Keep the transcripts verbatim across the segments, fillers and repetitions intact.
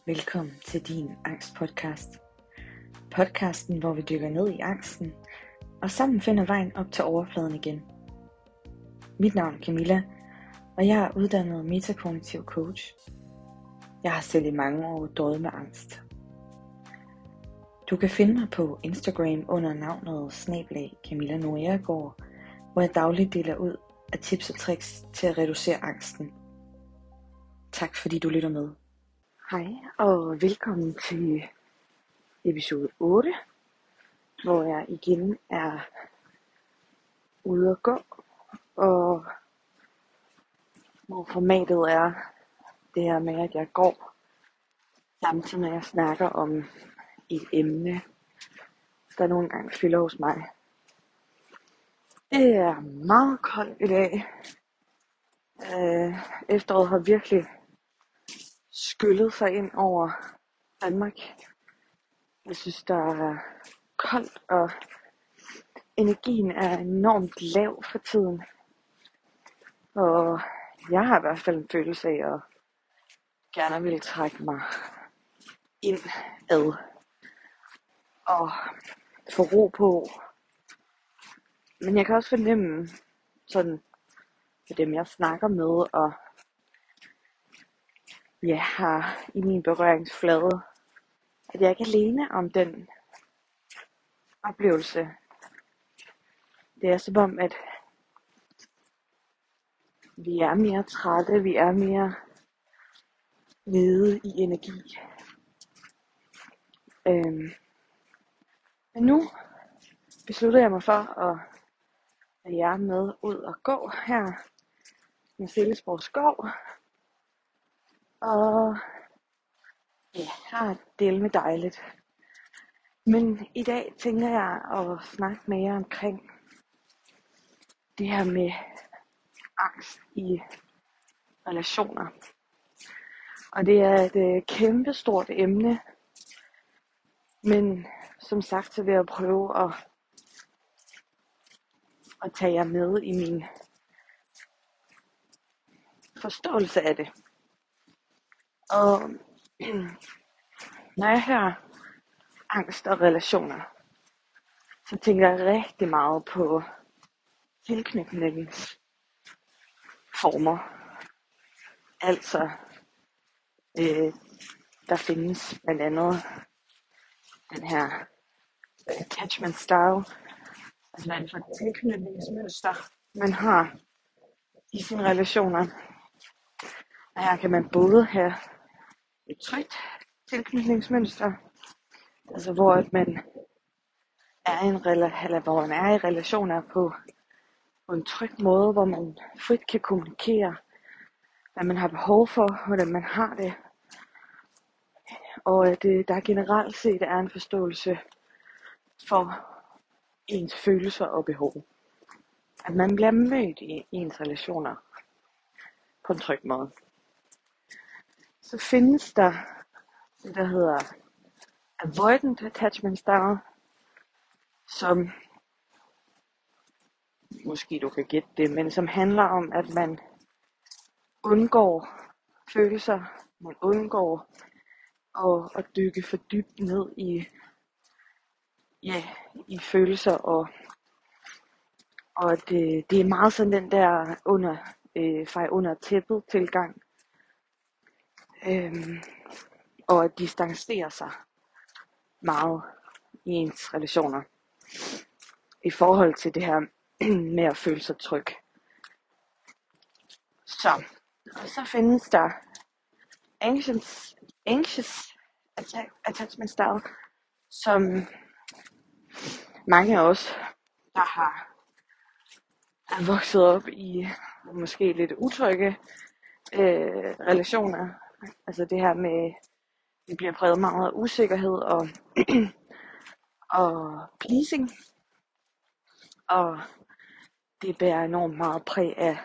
Velkommen til din angstpodcast. Podcasten, hvor vi dykker ned i angsten og sammen finder vejen op til overfladen igen. Mit navn er Camilla, og jeg er uddannet metakognitiv coach. Jeg har selv i mange år døjet med angst. Du kan finde mig på Instagram under navnet snabel-a Camilla Noergaard, hvor jeg dagligt deler ud af tips og tricks til at reducere angsten. Tak fordi du lytter med. Hej og velkommen til episode otte, hvor jeg igen er ude at gå, og hvor formatet er det her med, at jeg går, samtidig med at jeg snakker om et emne, der nogle gange fylder hos mig. Det er meget koldt i dag. Øh, efteråret har virkelig skyllet sig ind over Danmark. Jeg synes, der er koldt, og energien er enormt lav for tiden. Og jeg har i hvert fald en følelse af at gerne vil trække mig indad og få ro på. Men jeg kan også fornemme sådan for dem jeg snakker med og jeg har i min berøringsflade, at jeg ikke er alene om den oplevelse. Det er som om, at vi er mere trætte, vi er mere nede i energi. Øhm. Men nu besluttede jeg mig for at have jer med ud og gå her med Sillesborg Skov. Og ja, her er det med dejligt. Men i dag tænker jeg at snakke med jer omkring det her med angst i relationer. Og det er et kæmpe stort emne. Men som sagt, så vil jeg prøve at, at tage jer med i min forståelse af det. Og når jeg hører angst og relationer, så tænker jeg rigtig meget på tilknytningsformer. Altså, øh, der findes blandt andet den her attachment style. Altså, hvad er det for et tilknytningsmønster, man har i sine relationer. Og her kan man både have et trygt tilknytningsmønster, altså hvor at man er i en rela- eller hvor man er i relationer på, på en tryg måde, hvor man frit kan kommunikere, hvad man har behov for, hvordan man har det, og at øh, der generelt set er en forståelse for ens følelser og behov. At man bliver mødt i ens relationer på en tryg måde. Så findes der det, der hedder avoidant attachment style, som måske du kan gætte det, men som handler om, at man undgår følelser, man undgår at, at dykke for dybt ned i, ja, i følelser, og, og det, det er meget sådan den der under, øh, fej under tæppet tilgang, øhm, og at distancere sig meget i ens relationer i forhold til det her med at føle sig tryg. Så, og så findes der anxious, anxious attachment style, som mange af os, der har er vokset op i måske lidt utrygge øh, relationer, altså det her med, det bliver præget meget af usikkerhed og, og pleasing, og det bærer enormt meget præg af,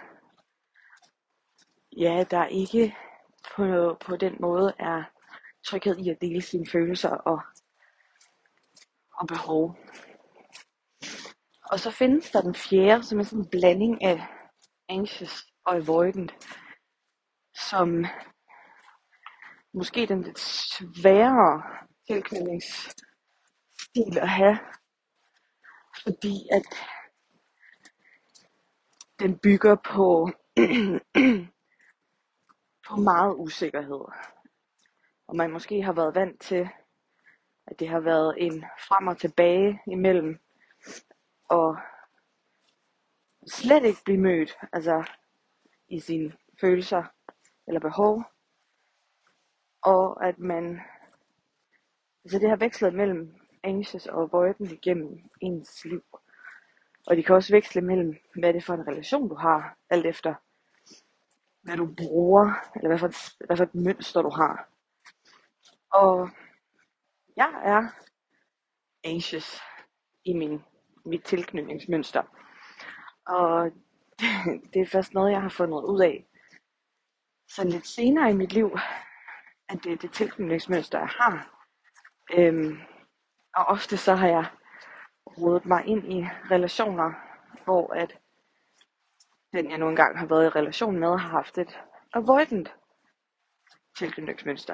ja, der ikke på, på den måde er tryghed i at dele sine følelser og, og behov. Og så findes der den fjerde, som er sådan en blanding af anxious og avoidant, som måske den lidt sværere tilknytningsstil at have, fordi at den bygger på, på meget usikkerhed. Og man måske har været vant til, at det har været en frem og tilbage imellem, og slet ikke blive mødt, altså i sine følelser eller behov, og at man, altså det har vekslet mellem anxious og avoidant igennem ens liv. Og de kan også veksle mellem, hvad det er for en relation du har, alt efter hvad du bruger, eller hvad for et, hvad for et mønster du har. Og jeg er anxious i min, mit tilknytningsmønster. Og det, det er først noget, jeg har fundet ud af sådan lidt senere i mit liv, at det er det tilknytningsmønster, jeg har. Øhm, og ofte så har jeg rodet mig ind i relationer, hvor at den jeg nu engang har været i relation med, har haft et avoidant tilknytningsmønster.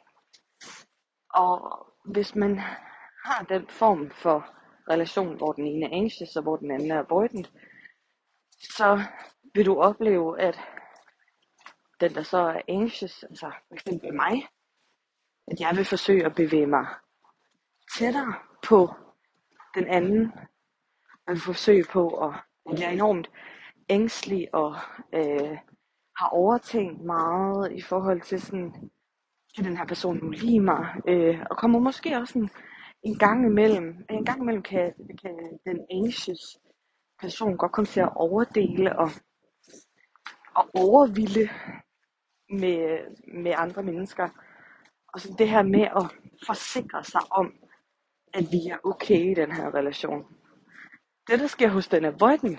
Og hvis man har den form for relation, hvor den ene er anxious og hvor den anden er avoidant, så vil du opleve, at den der så er anxious, altså for eksempel mig, at jeg vil forsøge at bevæge mig tættere på den anden. Jeg vil forsøge på, at jeg er enormt ængstelig og øh, har overtænkt meget i forhold til sådan, kan den her person nu lide mig, øh, og kommer måske også en, en gang imellem, en gang imellem kan, kan den anxious person godt komme til at overdele og, og overvilde med, med andre mennesker. Og så det her med at forsikre sig om, at vi er okay i den her relation. Det der sker hos den avoidant,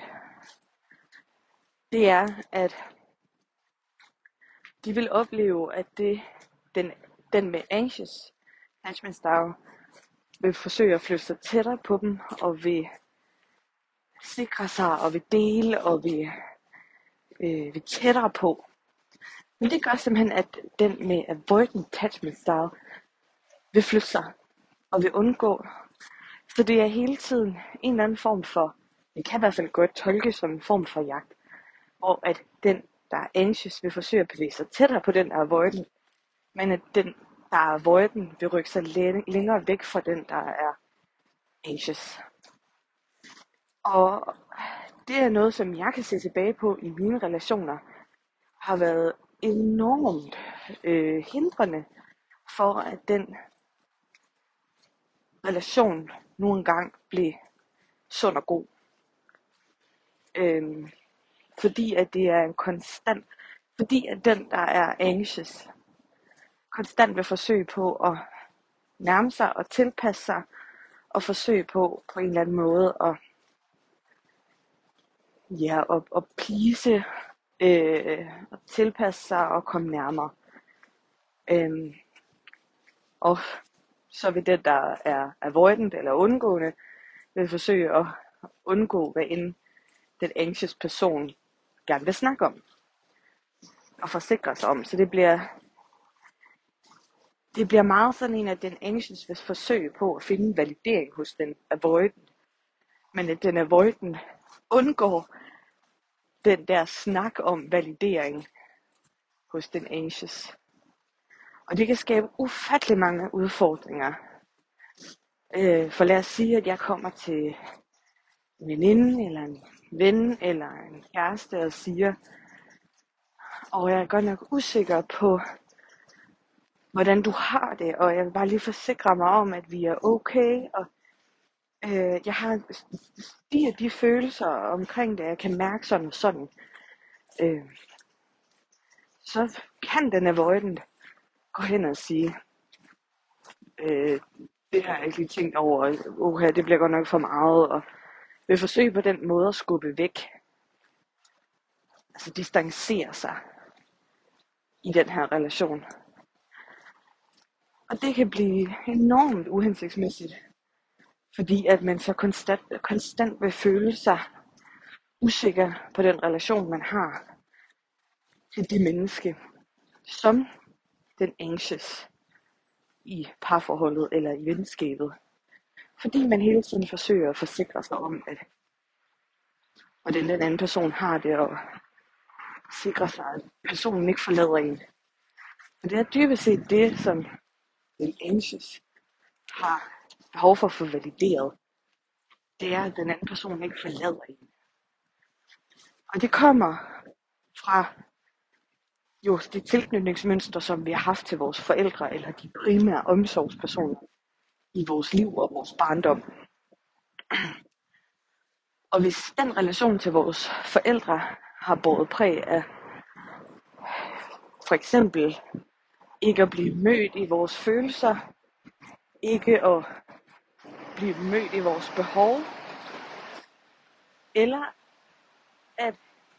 det er, at de vil opleve, at det, den, den med anxious attachment style vil forsøge at flytte sig tættere på dem, og vil sikre sig, og vil dele, og vil, øh, vil tættere på. Men det gør simpelthen, at den med avoidant attachment style vil flytte sig, og vil undgå. Så det er hele tiden en eller anden form for, det kan i hvert fald godt tolkes som en form for jagt, hvor at den, der er anxious, vil forsøge at bevæge sig tættere på den, der er avoidant, men at den, der er avoidant, vil rykke sig længere væk fra den, der er anxious. Og det er noget, som jeg kan se tilbage på i mine relationer, har været enormt øh, hindrende for, at den relation nu engang blev sund og god. Øhm, fordi at det er en konstant, fordi at den, der er anxious, konstant vil forsøge på at nærme sig og tilpasse sig, og forsøge på på en eller anden måde at, ja, at, at please, øh, at tilpasse sig og komme nærmere. Øhm, og så vil den, der er avoidant eller undgående, vil forsøge at undgå, hvad end den anxious person gerne vil snakke om og forsikre sig om. Så det bliver det bliver meget sådan en, at den anxious vil forsøge på at finde validering hos den avoidant, men at den avoidant undgår den der snak om validering hos den anxious. Og det kan skabe ufattelig mange udfordringer. Øh, for lad os sige, at jeg kommer til en veninde, eller en ven, eller en kæreste, og siger, og jeg er godt nok usikker på, hvordan du har det, og jeg vil bare lige forsikre mig om, at vi er okay, og øh, jeg har de og de følelser omkring det, jeg kan mærke sådan og sådan. Øh, så kan den avoidant gå hen og sige, øh, det har jeg ikke lige tænkt over, oha, det bliver godt nok for meget, og vil forsøge på den måde at skubbe væk, altså distancere sig i den her relation. Og det kan blive enormt uhensigtsmæssigt, fordi at man så konstant, konstant vil føle sig usikker på den relation, man har til det menneske, som den anxious i parforholdet eller i venskabet. Fordi man hele tiden forsøger at forsikre sig om, at hvordan den anden person har det, og sikre sig, at personen ikke forlader en. Og det er dybest set det, som den anxious har behov for at få valideret. Det er, at den anden person ikke forlader en. Og det kommer fra jo de tilknytningsmønstre, som vi har haft til vores forældre, eller de primære omsorgspersoner i vores liv og vores barndom. Og hvis den relation til vores forældre har båret præg af for eksempel ikke at blive mødt i vores følelser, ikke at blive mødt i vores behov, eller at,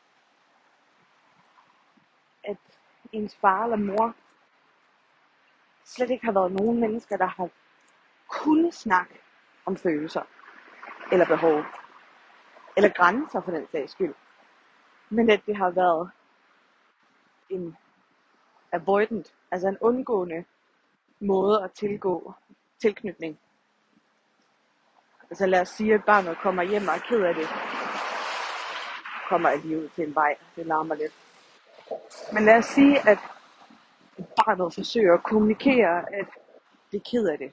at ens far eller mor slet ikke har været nogen mennesker, der har kunnet snakke om følelser, eller behov, eller grænser for den sags skyld, men at det har været en avoidant, altså en undgående måde at tilgå tilknytning. Altså lad os sige, at barnet kommer hjem og er ked af det. Kommer jeg lige ud til en vej, det larmer lidt. Men lad os sige, at barnet forsøger at kommunikere, at det er ked af det.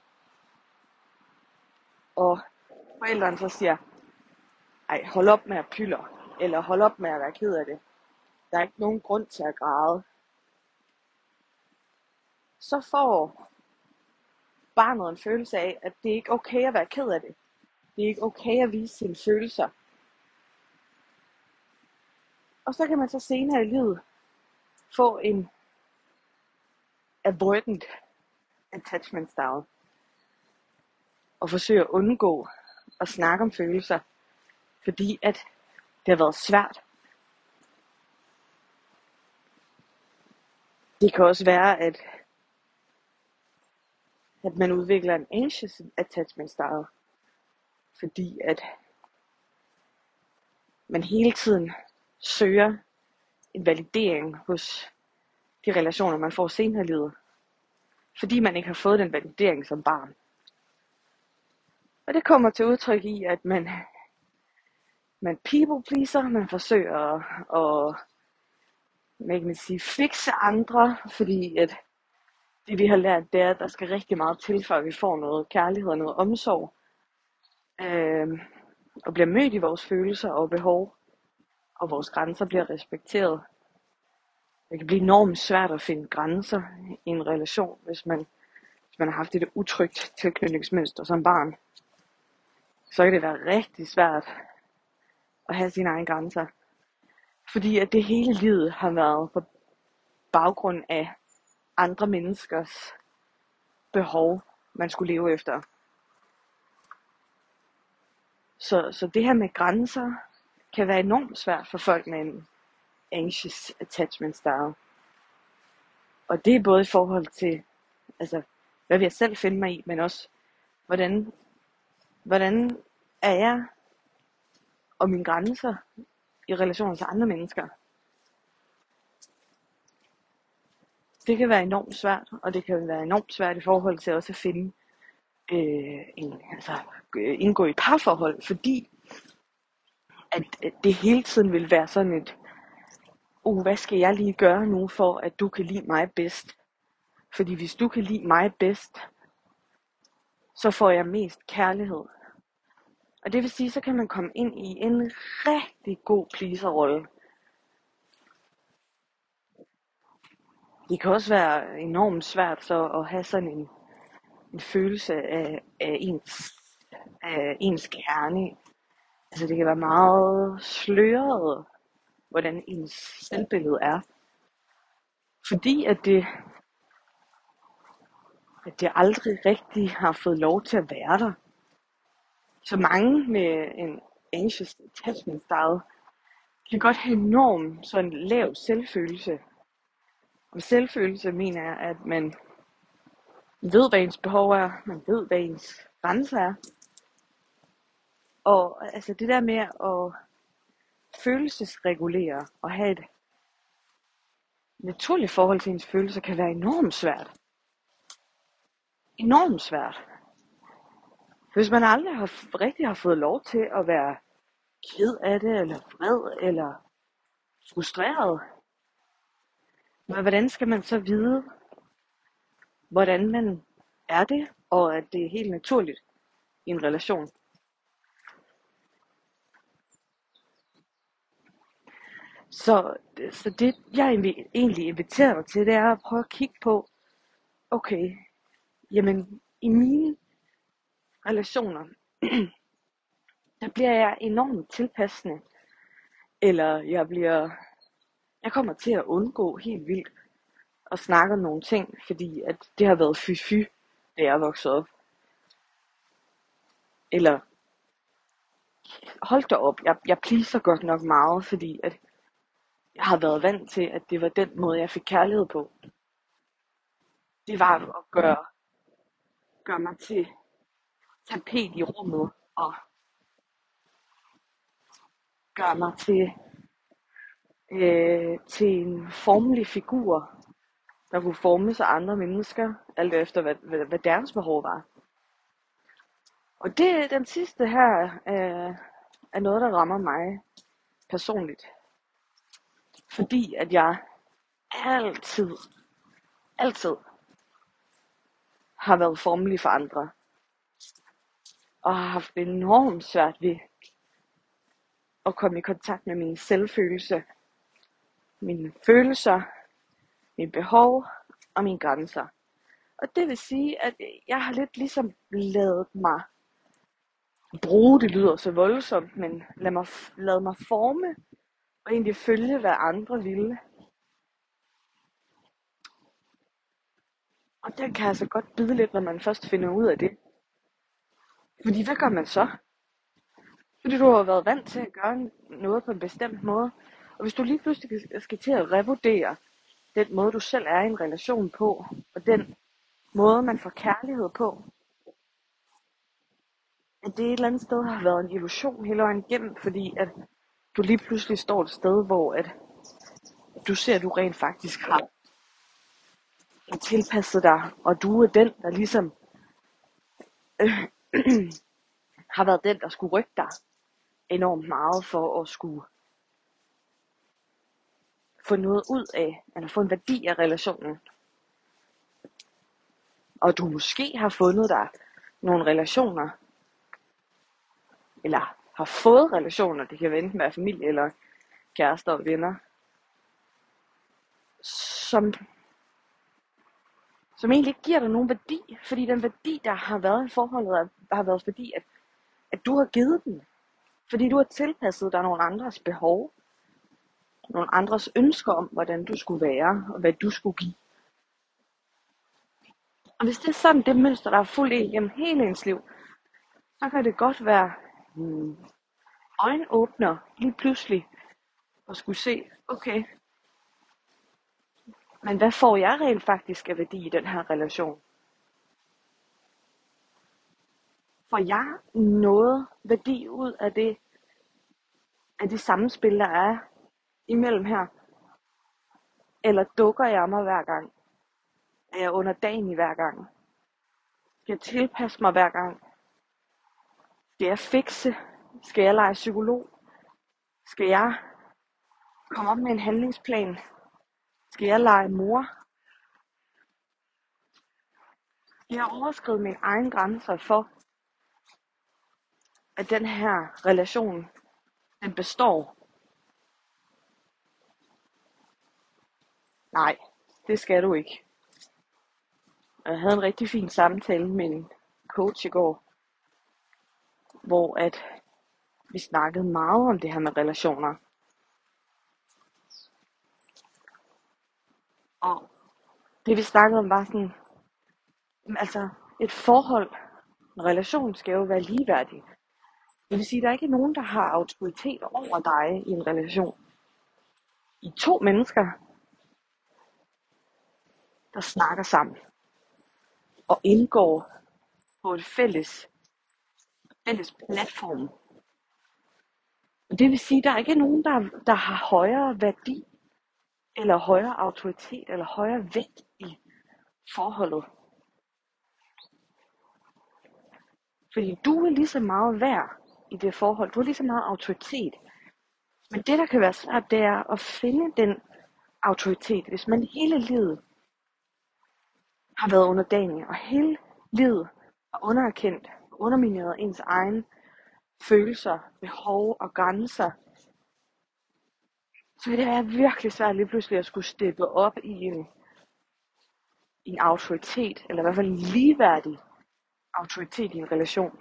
Og forældrene så siger, ej, hold op med at pyller, eller hold op med at være ked af det. Der er ikke nogen grund til at græde. Så får barnet en følelse af, at det ikke er okay at være ked af det. Det er ikke okay at vise sine følelser. Og så kan man så senere i livet få en avoidant attachment style. Og forsøge at undgå at snakke om følelser, fordi at det har været svært. Det kan også være, at, at man udvikler en anxious attachment style, fordi at man hele tiden søger en validering hos de relationer, man får senere i livet, fordi man ikke har fået den validering som barn. Og det kommer til udtryk i, at man, man people pleaser, man forsøger at, hvad kan man sige, fikse andre, fordi at det vi har lært, det er, at der skal rigtig meget til, før vi får noget kærlighed og noget omsorg, øh, og bliver mødt i vores følelser og behov, og vores grænser bliver respekteret. Det kan blive enormt svært at finde grænser i en relation, hvis man, hvis man har haft et utrygt tilknytningsmønster som barn. Så kan det være rigtig svært at have sine egne grænser. Fordi at det hele livet har været på baggrund af andre menneskers behov, man skulle leve efter. Så, så det her med grænser kan være enormt svært for folk med en anxious attachment style. Og det er både i forhold til, altså, hvad vil jeg selv finde mig i, men også, hvordan, hvordan er jeg og mine grænser i relation til andre mennesker. Det kan være enormt svært, og det kan være enormt svært i forhold til også at finde, øh, en, altså indgå i parforhold, fordi at, at det hele tiden vil være sådan et, uh, hvad skal jeg lige gøre nu for, at du kan lide mig bedst? Fordi hvis du kan lide mig bedst, så får jeg mest kærlighed. Og det vil sige, så kan man komme ind i en rigtig god pleaser-rolle. Det kan også være enormt svært så at have sådan en, en følelse af, af, ens, af ens kerne. Altså det kan være meget sløret, hvordan ens selvbillede er. Fordi at det, at det aldrig rigtig har fået lov til at være der. Så mange med en anxious attachment style kan godt have enormt sådan lav selvfølelse. Og selvfølelse mener jeg, at man ved, hvad ens behov er, man ved, hvad ens grænser er. Og altså det der med at følelsesregulere og have et naturligt forhold til ens følelser kan være enormt svært. Enormt svært. Hvis man aldrig har, rigtig har fået lov til at være ked af det, eller vred, eller frustreret, hvordan skal man så vide, hvordan man er det, og at det er helt naturligt i en relation? Så, så det, jeg egentlig inviterer dig til, det er at prøve at kigge på, okay, jamen i mine relationer, der bliver jeg enormt tilpassende, eller jeg bliver, jeg kommer til at undgå helt vildt at snakke om nogle ting, fordi at det har været fy-fy, da jeg er vokset op. Eller, hold da op, jeg, jeg pleaser godt nok meget, fordi at jeg har været vant til, at det var den måde, jeg fik kærlighed på. Det var at gøre, gøre mig til tapet i rummet, og gøre mig til, øh, til en formelig figur, der kunne formes af andre mennesker, alt efter hvad, hvad, hvad deres behov var. Og det, den sidste her, øh, er noget, der rammer mig personligt. Fordi at jeg altid, altid har været formelig for andre. Og har haft enormt svært ved at komme i kontakt med min selvfølelse, mine følelser, mine behov og mine grænser. Og det vil sige, at jeg har lidt ligesom lavet mig bruge, det lyder så voldsomt, men lad mig, lad mig forme og egentlig følge, hvad andre ville. Og den kan altså godt bide lidt, når man først finder ud af det. Fordi hvad gør man så? Fordi du har været vant til at gøre noget på en bestemt måde. Og hvis du lige pludselig skal til at revurdere den måde, du selv er i en relation på, og den måde, man får kærlighed på, at det et eller andet sted har været en illusion hele vejen igennem, fordi at du lige pludselig står et sted, hvor at du ser, at du rent faktisk har tilpasset dig, og du er den, der ligesom øh, har været den, der skulle rykke dig enormt meget for at skulle få noget ud af, eller få en værdi af relationen. Og du måske har fundet dig nogle relationer, eller har fået relationer, det kan være enten være familie eller kærester og venner, som, som egentlig ikke giver dig nogen værdi, fordi den værdi, der har været i forholdet, har været fordi, at, at du har givet den. Fordi du har tilpasset dig nogle andres behov, nogle andres ønsker om, hvordan du skulle være, og hvad du skulle give. Og hvis det er sådan, det mønster, der er fuldt ind gennem hele ens liv, så kan det godt være hmm, øjenåbner lige pludselig, og skulle se, okay, men hvad får jeg rent faktisk af værdi i den her relation? Får jeg noget værdi ud af det, af det samspil, der er imellem her? Eller dukker jeg mig hver gang? Er jeg under dagen i hver gang? Skal jeg tilpasse mig hver gang? Skal jeg fikse? Skal jeg lege psykolog? Skal jeg komme op med en handlingsplan? Skal jeg lege mor? Skal jeg overskride mine egne grænser for, at den her relation, den består? Nej, det skal du ikke. Jeg havde en rigtig fin samtale med en coach i går, hvor at vi snakkede meget om det her med relationer. Og det vi snakkede om var sådan, altså et forhold, en relation skal jo være ligeværdig. Det vil sige, at der ikke er nogen, der har autoritet over dig i en relation. I to mennesker, der snakker sammen og indgår på et fælles, fælles platform. Og det vil sige, at der ikke er nogen, der, der har højere værdi eller højere autoritet, eller højere vægt i forholdet. Fordi du er lige så meget værd i det forhold. Du har lige så meget autoritet. Men det, der kan være svært, det er at finde den autoritet. Hvis man hele livet har været underdanig, og hele livet har underkendt og undermineret ens egen følelser, behov og grænser, så vil det være virkelig svært lige pludselig at skulle steppe op i en, i en autoritet, eller i hvert fald en ligeværdig autoritet i en relation.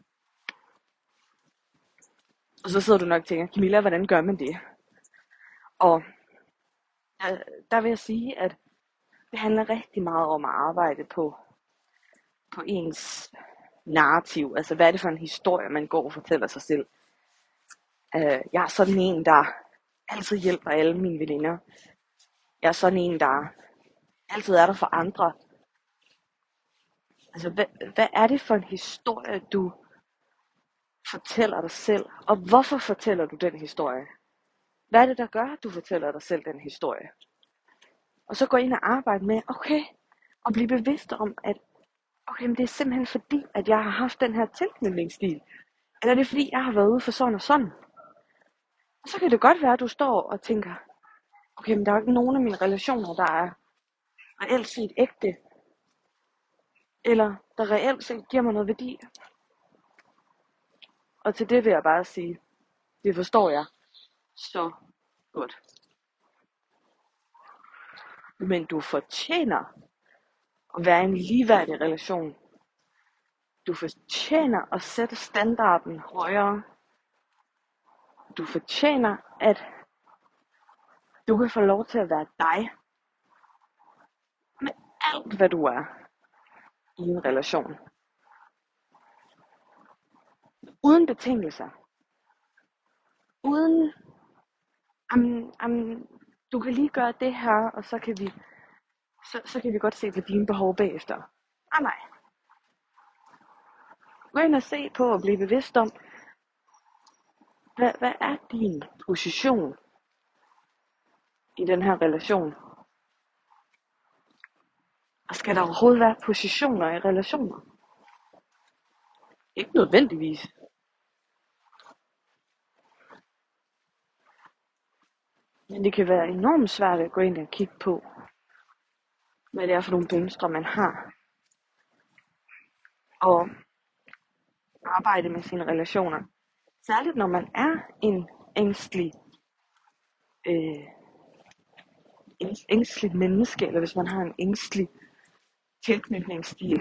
Og så sidder du nok og tænker, Camilla, hvordan gør man det? Og der, der vil jeg sige, at det handler rigtig meget om at arbejde på, på ens narrativ. Altså, hvad er det for en historie, man går og fortæller sig selv? Uh, jeg er sådan en, der altid hjælper alle mine veninder. Jeg er sådan en, der altid er der for andre. Altså, hvad, hvad er det for en historie, du fortæller dig selv? Og hvorfor fortæller du den historie? Hvad er det, der gør, at du fortæller dig selv den historie? Og så gå ind og arbejde med, okay, og blive bevidst om, at okay, men det er simpelthen fordi, at jeg har haft den her tilknytningsstil. Eller det er fordi, jeg har været ude for sådan og sådan. Og så kan det godt være, at du står og tænker, okay, men der er jo ikke nogen af mine relationer, der er reelt set ægte. Eller der reelt set giver mig noget værdi. Og til det vil jeg bare sige, det forstår jeg så godt. Men du fortjener at være i en ligeværdig relation. Du fortjener at sætte standarden højere. Du fortjener, at du kan få lov til at være dig. Med alt, hvad du er i en relation. Uden betingelser. Uden, um, um, du kan lige gøre det her, og så kan vi, så, så kan vi godt se på dine behov bagefter. Ah nej. Gå ind og se på og blive bevidst om, hvad, hvad er din position i den her relation? Og skal der overhovedet være positioner i relationer? Ikke nødvendigvis. Men det kan være enormt svært at gå ind og kigge på, hvad det er for nogle mønstre, man har. Og arbejde med sine relationer. Særligt når man er en ængstelig, øh, ængstelig menneske, eller hvis man har en ængstelig tilknytningsstil.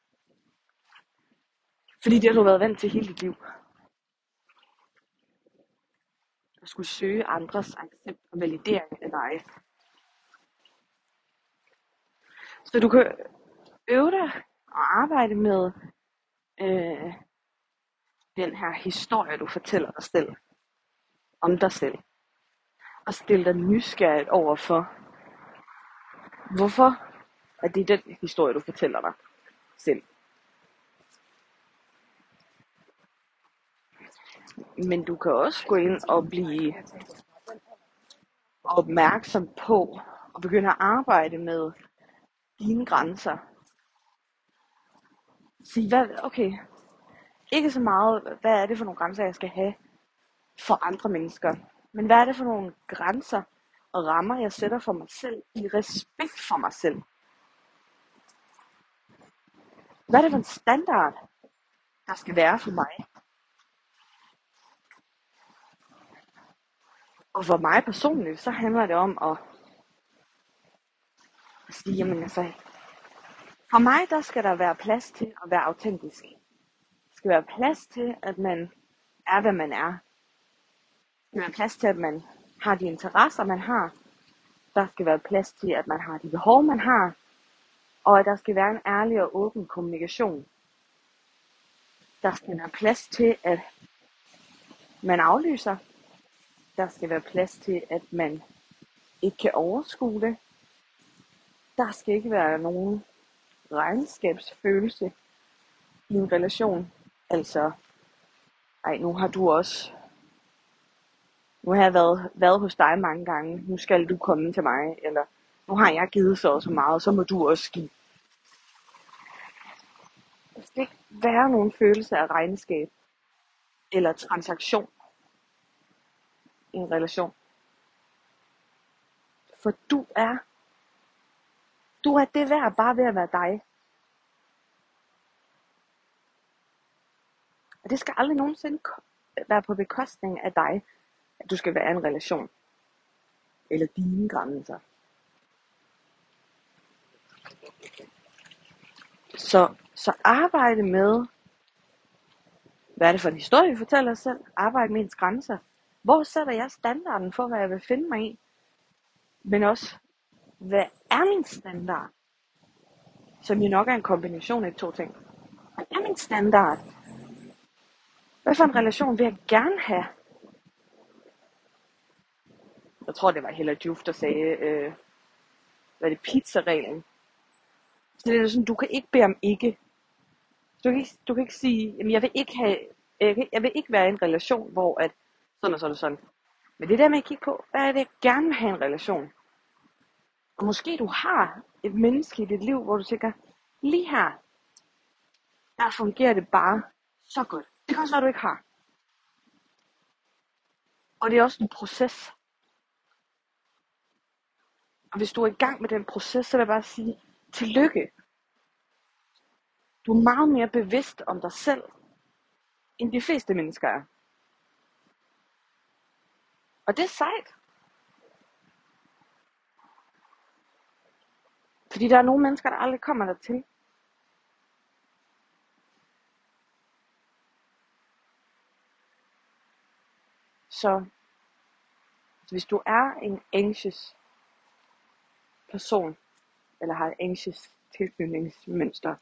Fordi det har du været vant til hele dit liv. At skulle søge andres accept og validering af dig. Så du kan øve dig og arbejde med øh, den her historie, du fortæller dig selv. Om dig selv. Og stille dig nysgerrigt over for, hvorfor er det den historie, du fortæller dig selv. Men du kan også gå ind og blive opmærksom på og begynde at arbejde med dine grænser. Sige, hvad, okay, ikke så meget, hvad er det for nogle grænser, jeg skal have for andre mennesker. Men hvad er det for nogle grænser og rammer, jeg sætter for mig selv i respekt for mig selv? Hvad er det for en standard, der skal være for mig? Og for mig personligt, så handler det om at, at sige, jamen altså, for mig, der skal der være plads til at være autentisk. Der skal være plads til, at man er, hvad man er. Der skal være plads til, at man har de interesser, man har. Der skal være plads til, at man har de behov, man har. Og at der skal være en ærlig og åben kommunikation. Der skal være plads til, at man aflyser. Der skal være plads til, at man ikke kan overskue det. Der skal ikke være nogen regnskabsfølelse i en relation. Altså, ej, nu har du også nu har jeg været, været hos dig mange gange, nu skal du komme til mig, eller nu har jeg givet så og så meget, så må du også give. Der skal ikke være nogen følelse af regnskab eller transaktion i en relation. For du er, du er det værd bare ved at være dig. Og det skal aldrig nogensinde være på bekostning af dig, at du skal være i en relation. Eller dine grænser. Så, så arbejde med, hvad er det for en historie, vi fortæller os selv? Arbejde med ens grænser. Hvor sætter jeg standarden for, hvad jeg vil finde mig i? Men også, hvad er min standard? Som jo nok er en kombination af de to ting. Hvad er min standard? Hvad for en relation vil jeg gerne have? Jeg tror, det var Hella Juf, der sagde, øh, hvad er det, pizza-reglen. Så det er sådan, du kan ikke bede om ikke. Du kan ikke, du kan ikke sige, jamen jeg vil ikke have, jeg, kan, jeg vil ikke være i en relation, hvor at sådan og sådan og sådan. Men det der med at kigge på, hvad er det, jeg gerne vil have en relation? Og måske du har et menneske i dit liv, hvor du tænker, lige her, der fungerer det bare så godt. Det kan også være, du ikke har. Og det er også en proces. Og hvis du er i gang med den proces, så vil jeg bare sige, tillykke. Du er meget mere bevidst om dig selv, end de fleste mennesker er. Og det er sejt. Fordi der er nogle mennesker, der aldrig kommer dertil. Så hvis du er en anxious person, eller har et anxious tilknytningsmønster,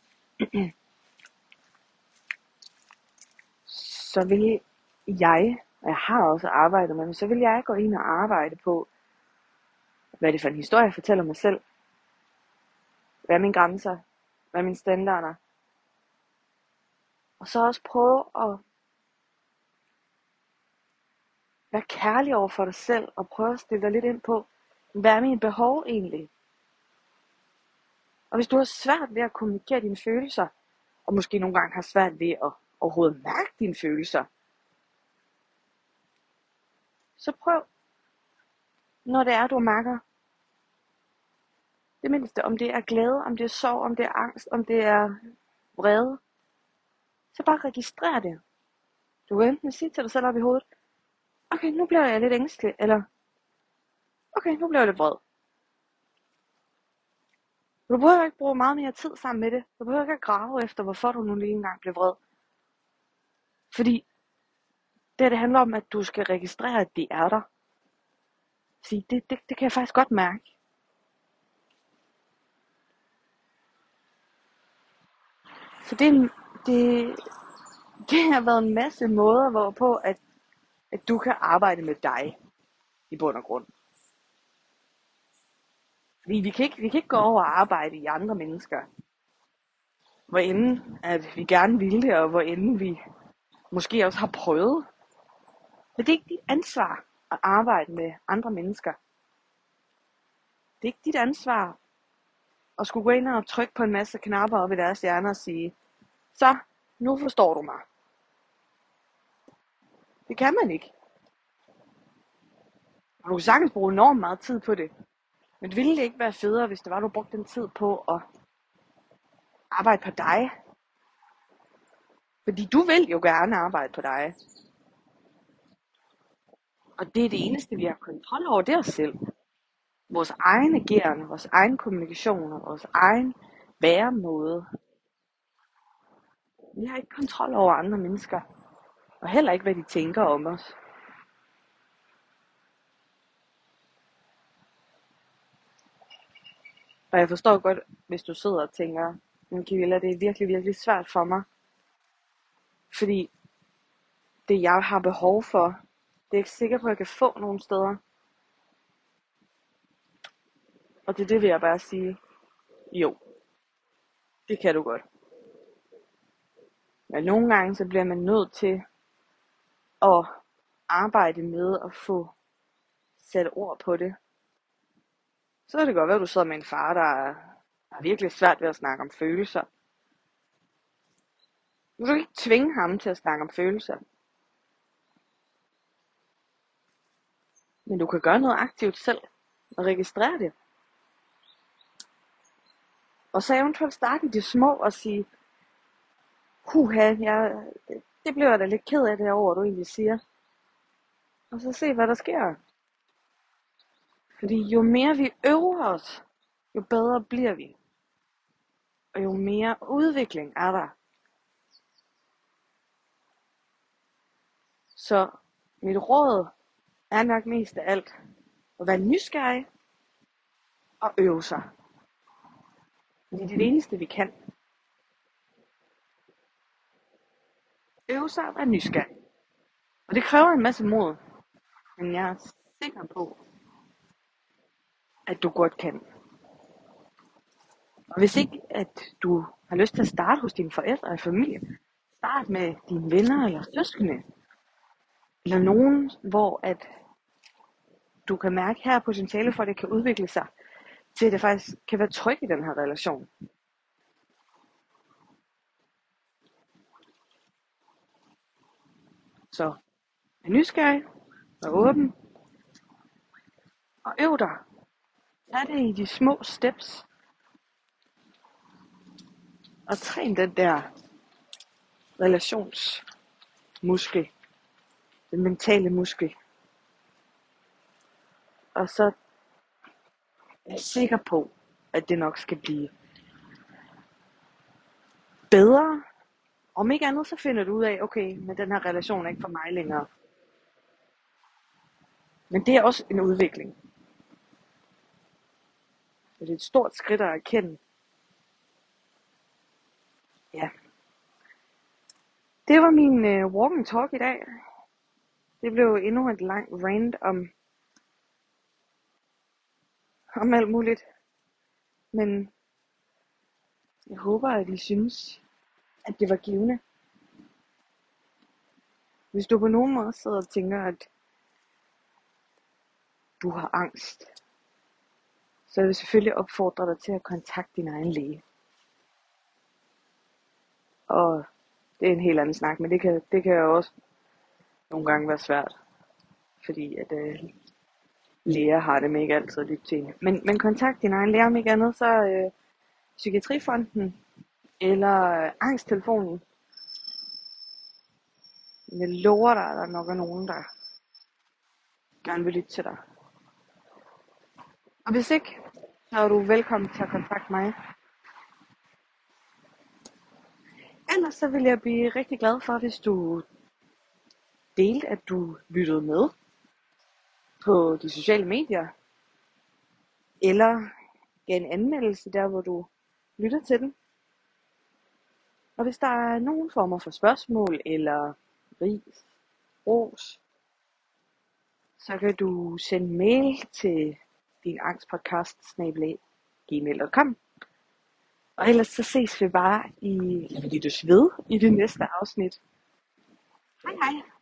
så vil jeg, og jeg har også arbejdet med det, så vil jeg gå ind og arbejde på, hvad er det for en historie, jeg fortæller mig selv. Hvad er mine grænser? Hvad er mine standarder? Og så også prøve at være kærlig over for dig selv, og prøve at stille dig lidt ind på, hvad er mine behov egentlig? Og hvis du har svært ved at kommunikere dine følelser, og måske nogle gange har svært ved at overhovedet mærke dine følelser, så prøv, når det er, du mærker det mindste, om det er glæde, om det er sorg, om det er angst, om det er vrede, så bare registrer det. Du kan enten sige til dig selv op i hovedet, okay, nu bliver jeg lidt ængstelig, eller okay, nu bliver jeg lidt vred. Du behøver ikke bruge meget mere tid sammen med det. Du behøver ikke at grave efter, hvorfor du nu lige engang bliver vred. Fordi det, det handler om, at du skal registrere, at de er der. Sige, det, det, det kan jeg faktisk godt mærke. Så det, det, det har været en masse måder, hvorpå at, at du kan arbejde med dig i bund og grund. Fordi vi kan ikke, vi kan ikke gå over og arbejde i andre mennesker. Hvor inden at vi gerne ville det, og hvor inden vi måske også har prøvet. Men det er ikke dit ansvar at arbejde med andre mennesker. Det er ikke dit ansvar at skulle gå ind og trykke på en masse knapper op i deres hjerner og sige, så, nu forstår du mig. Det kan man ikke. Og du kan sagtens bruge enormt meget tid på det. Men ville det ikke være federe, hvis det var, du brugte den tid på at arbejde på dig? Fordi du vil jo gerne arbejde på dig. Og det er det eneste, vi har kontrol over, det er os selv. Vores egen agerende, vores egen kommunikation og vores egen væremåde. Vi har ikke kontrol over andre mennesker. Og heller ikke, hvad de tænker om os. Og jeg forstår godt, hvis du sidder og tænker, men Camilla, det er virkelig, virkelig svært for mig. Fordi det, jeg har behov for, det er jeg ikke sikker på, at jeg kan få nogle steder. Og det er det, vil jeg bare sige, jo, det kan du godt. Men nogle gange, så bliver man nødt til at arbejde med at få sat ord på det. Så kan det godt være, at du sidder med en far, der er, er virkelig svært ved at snakke om følelser. Du kan ikke tvinge ham til at snakke om følelser. Men du kan gøre noget aktivt selv og registrere det. Og så eventuelt starte i det små og sige, huha, jeg, det, det bliver jeg da lidt ked af det over, du egentlig siger. Og så se, hvad der sker. Fordi jo mere vi øver os, jo bedre bliver vi. Og jo mere udvikling er der. Så mit råd er nok mest af alt at være nysgerrig og øve sig. Fordi det er det eneste, vi kan. Øve sig og være nysgerrig. Og det kræver en masse mod. Men jeg er sikker på, at du godt kan. Og hvis ikke, at du har lyst til at starte hos dine forældre og familie, start med dine venner eller søskende. Eller nogen, hvor at du kan mærke her potentiale for, at det kan udvikle sig, til at det faktisk kan være tryg i den her relation. Så er nysgerrig, og åben, og øv dig. Tag det i de små steps, og træn den der relationsmuskel, den mentale muskel. Og så er jeg sikker på, at det nok skal blive bedre. Om ikke andet, så finder du ud af, okay, men den her relation er ikke for mig længere. Men det er også en udvikling. Det er et stort skridt at erkende. Ja. Det var min uh, walk and talk i dag. Det blev endnu et langt rant om, om alt muligt. Men jeg håber, at I synes, at det var givende. Hvis du på nogen måde sidder og tænker, at du har angst, så vil jeg selvfølgelig opfordre dig til at kontakte din egen læge. Og det er en helt anden snak, men det kan, det kan jo også nogle gange være svært. Fordi at øh, læger har det med ikke altid at lytte til. Men, men kontakt din egen læge, om ikke andet, så øh, Psykiatrifonden eller øh, Angsttelefonen. Jeg lover dig, at der nok er nogen, der gerne vil lytte til dig. Og hvis ikke, så er du velkommen til at kontakte mig. Ellers så vil jeg blive rigtig glad for, hvis du delte, at du lyttede med på de sociale medier. Eller gav en anmeldelse der, hvor du lytter til den. Og hvis der er nogen former for spørgsmål eller ris, ros, så kan du sende mail til din angstpodcast snabel-a gmail punktum com. Og ellers så ses vi bare i, eller vi lyttes ved i det næste afsnit. Hej hej!